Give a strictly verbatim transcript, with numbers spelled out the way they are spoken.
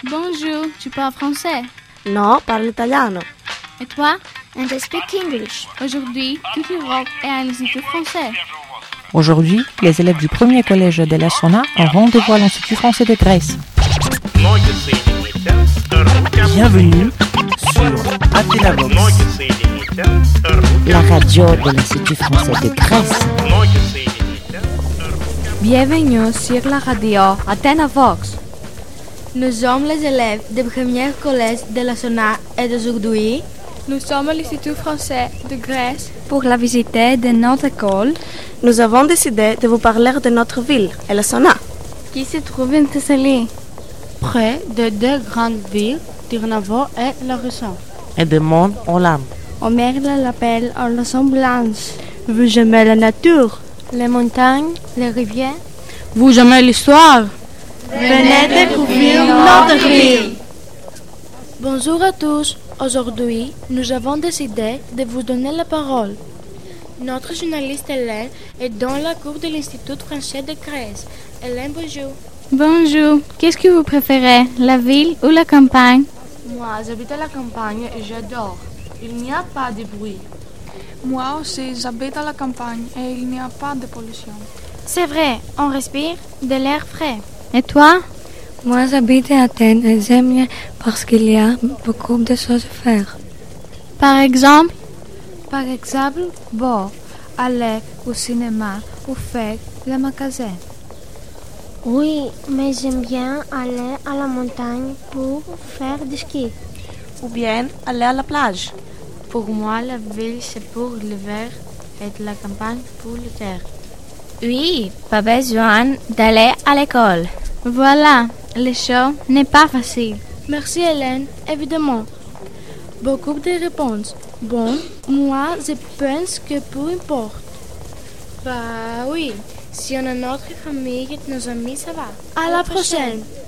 Bonjour, tu parles français? No, parlo italiano. Et toi? And I speak English. Aujourd'hui, toute l'Europe est à l'Institut français. Aujourd'hui, les élèves du premier collège de la Sona ont rendez-vous à l'Institut français de Grèce. Bienvenue sur Athénavox, la radio de l'Institut français de Grèce. Bienvenue sur la radio Athénavox. Nous sommes les élèves du premier collège de la Sona et d'aujourd'hui, nous sommes à l'Institut français de Grèce. Pour la visite de notre école, nous avons décidé de vous parler de notre ville, et la Sona, qui se trouve en Thessalie, près de deux grandes villes, Tyrnavo et Larisson, et de Mont Olam. Homère l'appelle en leçon blanche. Vous aimez la nature, les montagnes, les rivières? Vous aimez l'histoire? Venez découvrir notre ville. Bonjour à tous. Aujourd'hui, nous avons décidé de vous donner la parole. Notre journaliste Hélène est dans la cour de l'Institut français de Grèce. Hélène, bonjour. Bonjour. Qu'est-ce que vous préférez, la ville ou la campagne? Moi, j'habite à la campagne et j'adore. Il n'y a pas de bruit. Moi aussi, j'habite à la campagne et il n'y a pas de pollution. C'est vrai, on respire de l'air frais. Et toi? Moi, j'habite à Athènes et j'aime bien parce qu'il y a beaucoup de choses à faire. Par exemple? Par exemple, bon, aller au cinéma ou faire le magasin. Oui, mais j'aime bien aller à la montagne pour faire du ski. Ou bien aller à la plage. Pour moi, la ville, c'est pour l'hiver et la campagne pour l'été. Oui, pas besoin d'aller à l'école. Voilà, le show n'est pas facile. Merci Hélène, évidemment. Beaucoup de réponses. Bon, moi, je pense que peu importe. Bah oui, si on a notre famille et nos amis, ça va. À la prochaine.